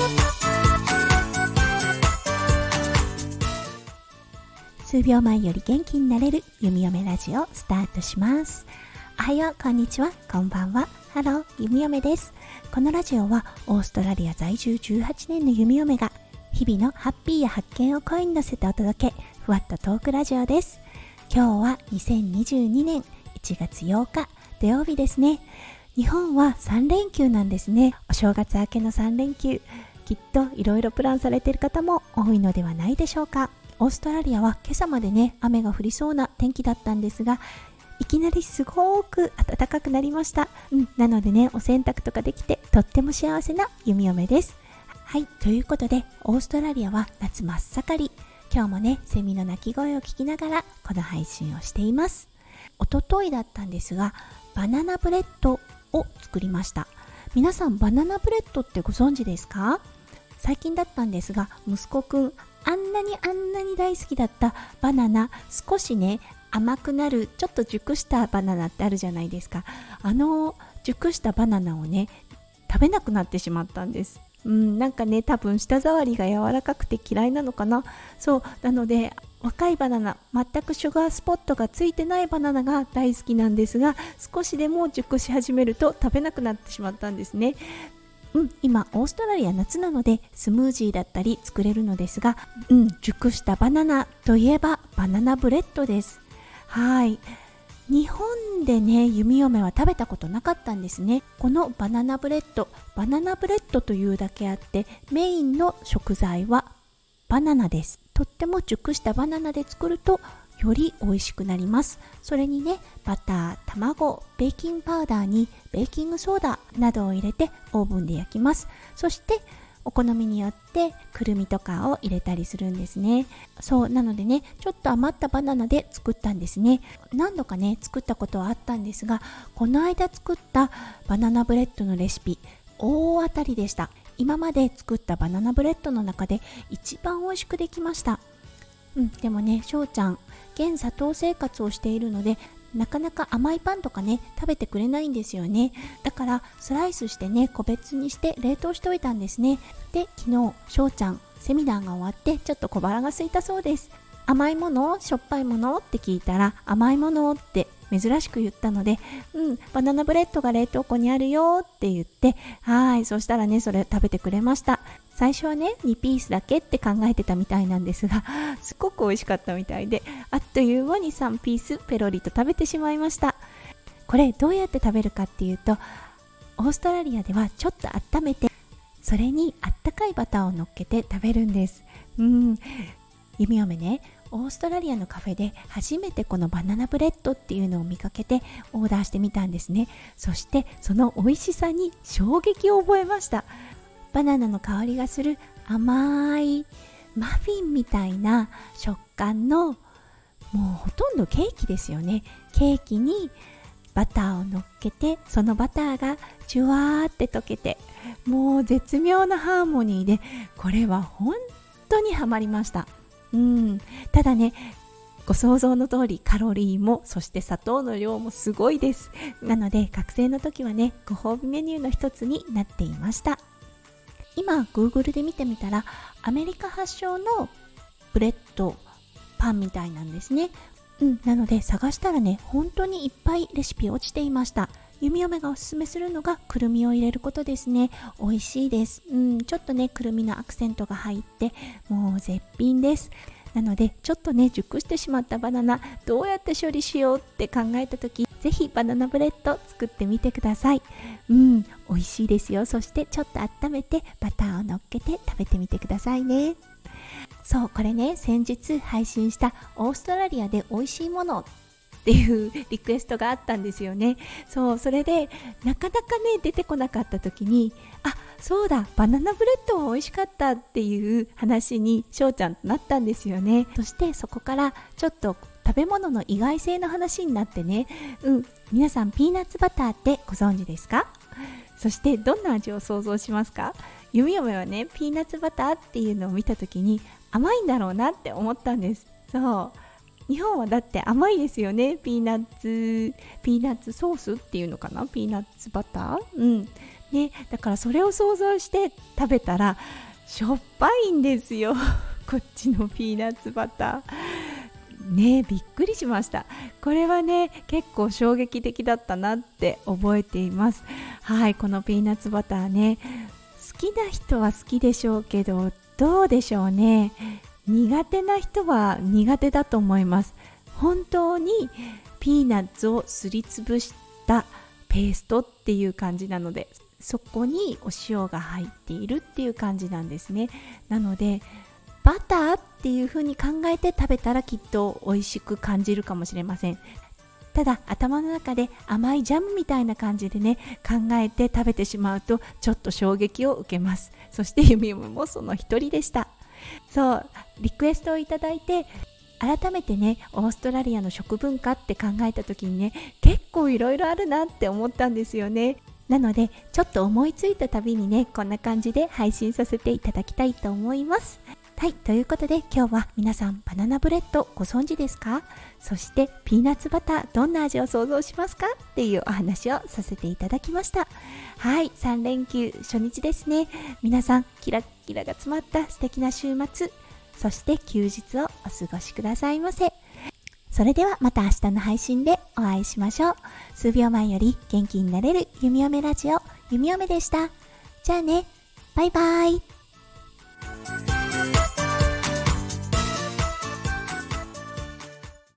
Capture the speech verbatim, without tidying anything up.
数秒前より元気になれる弓嫁ラジオスタートします。おはよう、こんにちは、こんばんは。ハロー、弓嫁です。このラジオはオーストラリア在住じゅうはちねんの弓嫁が日々のハッピーや発見を声に乗せてお届け、ふわっとトークラジオです。今日はにせんにじゅうにねんいちがつようか土曜日ですね。日本はさんれんきゅうなんですね。お正月明けのさんれんきゅう、きっといろいろプランされている方も多いのではないでしょうか。オーストラリアは今朝までね雨が降りそうな天気だったんですが、いきなりすごく暖かくなりました、うん、なのでねお洗濯とかできてとっても幸せな弓嫁です。はい、ということでオーストラリアは夏真っ盛り。今日もねセミの鳴き声を聞きながらこの配信をしています。おとといだったんですがバナナブレッドを作りました。皆さんバナナブレッドってご存知ですか？最近だったんですが息子くんあんなにあんなに大好きだったバナナ、少しね甘くなるちょっと熟したバナナってあるじゃないですか。あの熟したバナナをね食べなくなってしまったんです。うん、なんかね多分舌触りが柔らかくて嫌いなのかな。そうなので若いバナナ、全くシュガースポットがついてないバナナが大好きなんですが、少しでも熟し始めると食べなくなってしまったんですね。うん、今オーストラリア夏なのでスムージーだったり作れるのですが、うん、熟したバナナといえばバナナブレッドです。はい、日本でね弓嫁は食べたことなかったんですね。このバナナブレッド、バナナブレッドというだけあってメインの食材はバナナです。とっても熟したバナナで作るとより美味しくなります。それにねバター、卵、ベーキングパウダーにベーキングソーダなどを入れてオーブンで焼きます。そしてお好みによってくるみとかを入れたりするんですね。そうなのでねちょっと余ったバナナで作ったんですね。何度かね作ったことはあったんですが、この間作ったバナナブレッドのレシピ大当たりでした。今まで作ったバナナブレッドの中で一番美味しくできました。うん、でもねしょうちゃん現砂糖生活をしているのでなかなか甘いパンとかね食べてくれないんですよね。だからスライスしてね個別にして冷凍しておいたんですね。で昨日しょうちゃんセミナーが終わってちょっと小腹が空いたそうです。甘いものしょっぱいものって聞いたら甘いものって珍しく言ったので、うんバナナブレッドが冷凍庫にあるよって言って、はいそしたらねそれ食べてくれました。最初はねにピースだけって考えてたみたいなんですが、すごく美味しかったみたいで、あっという間にさんピースペロリと食べてしまいました。これどうやって食べるかっていうと、オーストラリアではちょっと温めてそれにあったかいバターを乗っけて食べるんです。うん弓嫁ねオーストラリアのカフェで初めてこのバナナブレッドっていうのを見かけてオーダーしてみたんですね。そしてその美味しさに衝撃を覚えました。バナナの香りがする甘いマフィンみたいな食感の、もうほとんどケーキですよね。ケーキにバターを乗っけてそのバターがジュワーって溶けて、もう絶妙なハーモニーでこれは本当にハマりました。うんただねご想像の通りカロリーもそして砂糖の量もすごいです。なので学生の時はねご褒美メニューの一つになっていました。今 Google で見てみたらアメリカ発祥のブレッドパンみたいなんですね。うん、なので探したらね本当にいっぱいレシピ落ちていました。弓嫁がおすすめするのがくるみを入れることですね。美味しいです。うん、ちょっとねくるみのアクセントが入ってもう絶品です。なのでちょっとね熟してしまったバナナどうやって処理しようって考えた時、ぜひバナナブレッド作ってみてください。うん美味しいですよ。そしてちょっと温めてバターを乗っけて食べてみてくださいね。そうこれね先日配信したオーストラリアで美味しいものっていうリクエストがあったんですよね。そうそれでなかなかね出てこなかった時に、あそうだバナナブレッドは美味しかったっていう話にしょうちゃんとなったんですよね。そしてそこからちょっと食べ物の意外性の話になってね、うん皆さんピーナッツバターってご存知ですか？そしてどんな味を想像しますか？弓嫁はねピーナッツバターっていうのを見た時に甘いんだろうなって思ったんです。そう日本はだって甘いですよね。ピーナッツピーナッツソースっていうのかな、ピーナッツバター、うんね、だからそれを想像して食べたらしょっぱいんですよこっちのピーナッツバターね。びっくりしました。これはね結構衝撃的だったなって覚えています。はい、このピーナッツバターね、好きな人は好きでしょうけど、どうでしょうね、苦手な人は苦手だと思います。本当にピーナッツをすりつぶしたペーストっていう感じなので、そこにお塩が入っているっていう感じなんですね。なのでバターっていう風に考えて食べたらきっと美味しく感じるかもしれません。ただ頭の中で甘いジャムみたいな感じでね考えて食べてしまうとちょっと衝撃を受けます。そしてゆみゆみもその一人でした。そうリクエストをいただいて、改めてねオーストラリアの食文化って考えた時にね結構いろいろあるなって思ったんですよね。なのでちょっと思いついたたびにねこんな感じで配信させていただきたいと思います。はい、ということで今日は皆さんバナナブレッドご存知ですか？そしてピーナッツバターどんな味を想像しますかっていうお話をさせていただきました。はい、さん連休初日ですね。皆さんキラッキラが詰まった素敵な週末、そして休日をお過ごしくださいませ。それではまた明日の配信でお会いしましょう。数秒前より元気になれるゆみおめラジオ、ゆみおめでした。じゃあね、バイバイ。